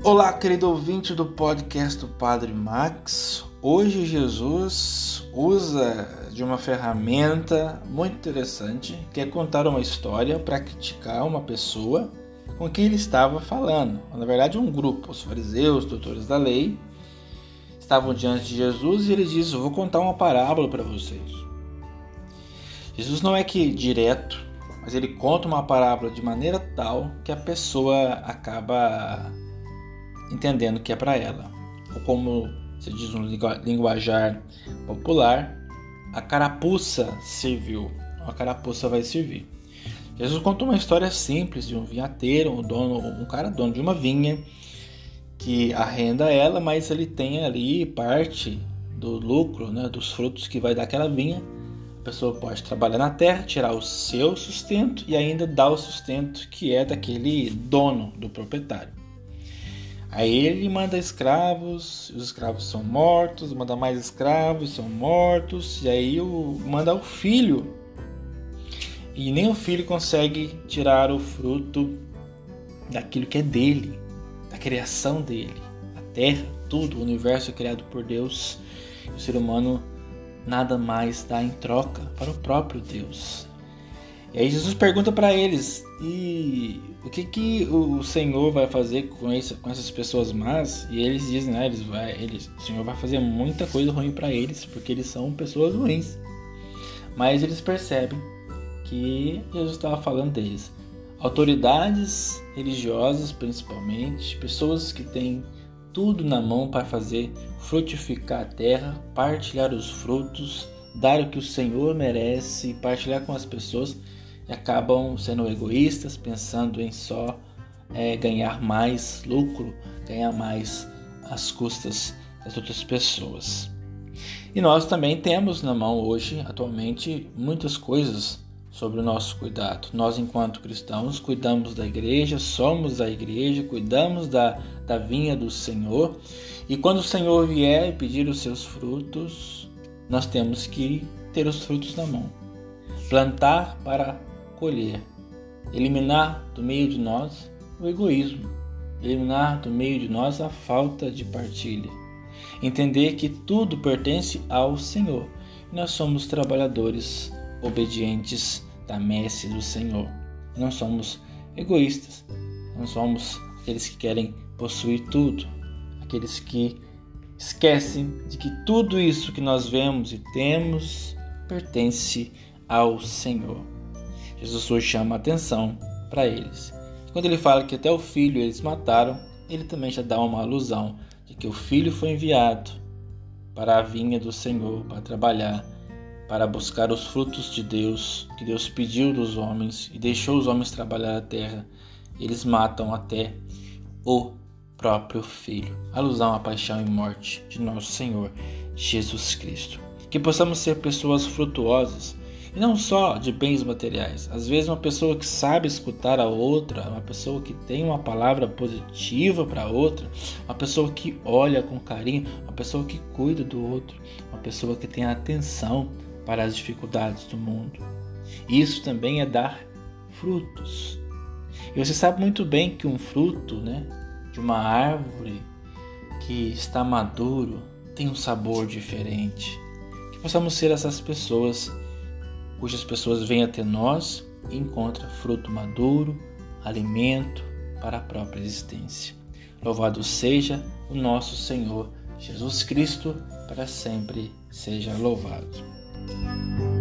Olá, querido ouvinte do podcast do Padre Max. Hoje Jesus usa de uma ferramenta muito interessante, que é contar uma história para criticar uma pessoa com quem ele estava falando. Na verdade, um grupo, os fariseus, doutores da lei, estavam diante de Jesus e ele diz: "Eu vou contar uma parábola para vocês." Jesus não é que direto, mas ele conta uma parábola de maneira tal que a pessoa acaba entendendo que é para ela. Ou como se diz no linguajar popular, a carapuça serviu, a carapuça vai servir. Jesus contou uma história simples de um vinhateiro, um cara dono de uma vinha, que arrenda ela, mas ele tem ali parte do lucro, dos frutos que vai dar aquela vinha. A pessoa pode trabalhar na terra, tirar o seu sustento e ainda dar o sustento que é daquele dono, do proprietário. Aí ele manda escravos, os escravos são mortos, manda mais escravos, são mortos, e aí manda o filho. E nem o filho consegue tirar o fruto daquilo que é dele, da criação dele. A terra, tudo, o universo é criado por Deus. E o ser humano nada mais dá em troca para o próprio Deus. E aí Jesus pergunta para eles: e o que o Senhor vai fazer com essas pessoas más? E eles dizem: o Senhor vai fazer muita coisa ruim para eles, porque eles são pessoas ruins. Mas eles percebem que Jesus estava falando deles. Autoridades religiosas, principalmente, pessoas que têm tudo na mão para fazer frutificar a terra, partilhar os frutos, dar o que o Senhor merece, partilhar com as pessoas, e acabam sendo egoístas, pensando em só ganhar mais lucro, ganhar mais às custas das outras pessoas. E nós também temos na mão hoje, atualmente, muitas coisas sobre o nosso cuidado. Nós, enquanto cristãos, cuidamos da igreja, somos a igreja, cuidamos da vinha do Senhor. E quando o Senhor vier e pedir os seus frutos, nós temos que ter os frutos na mão. Plantar para colher. Eliminar do meio de nós o egoísmo. Eliminar do meio de nós a falta de partilha. Entender que tudo pertence ao Senhor. E nós somos trabalhadores obedientes da messe do Senhor. Não somos egoístas. Não somos aqueles que querem possuir tudo. Aqueles que esquecem de que tudo isso que nós vemos e temos pertence ao Senhor. Jesus hoje chama a atenção para eles. Quando ele fala que até o filho eles mataram, ele também já dá uma alusão de que o filho foi enviado para a vinha do Senhor, para trabalhar, para buscar os frutos de Deus, que Deus pediu dos homens e deixou os homens trabalhar a terra. Eles matam até o próprio filho. Alusão à paixão e morte de nosso Senhor Jesus Cristo. Que possamos ser pessoas frutuosas, e não só de bens materiais. Às vezes uma pessoa que sabe escutar a outra, uma pessoa que tem uma palavra positiva para a outra, uma pessoa que olha com carinho, uma pessoa que cuida do outro, uma pessoa que tem atenção para as dificuldades do mundo. Isso também é dar frutos. E você sabe muito bem que um fruto, de uma árvore que está maduro tem um sabor diferente. Que possamos ser essas pessoas cujas pessoas vêm até nós e encontram fruto maduro, alimento para a própria existência. Louvado seja o nosso Senhor Jesus Cristo, para sempre seja louvado.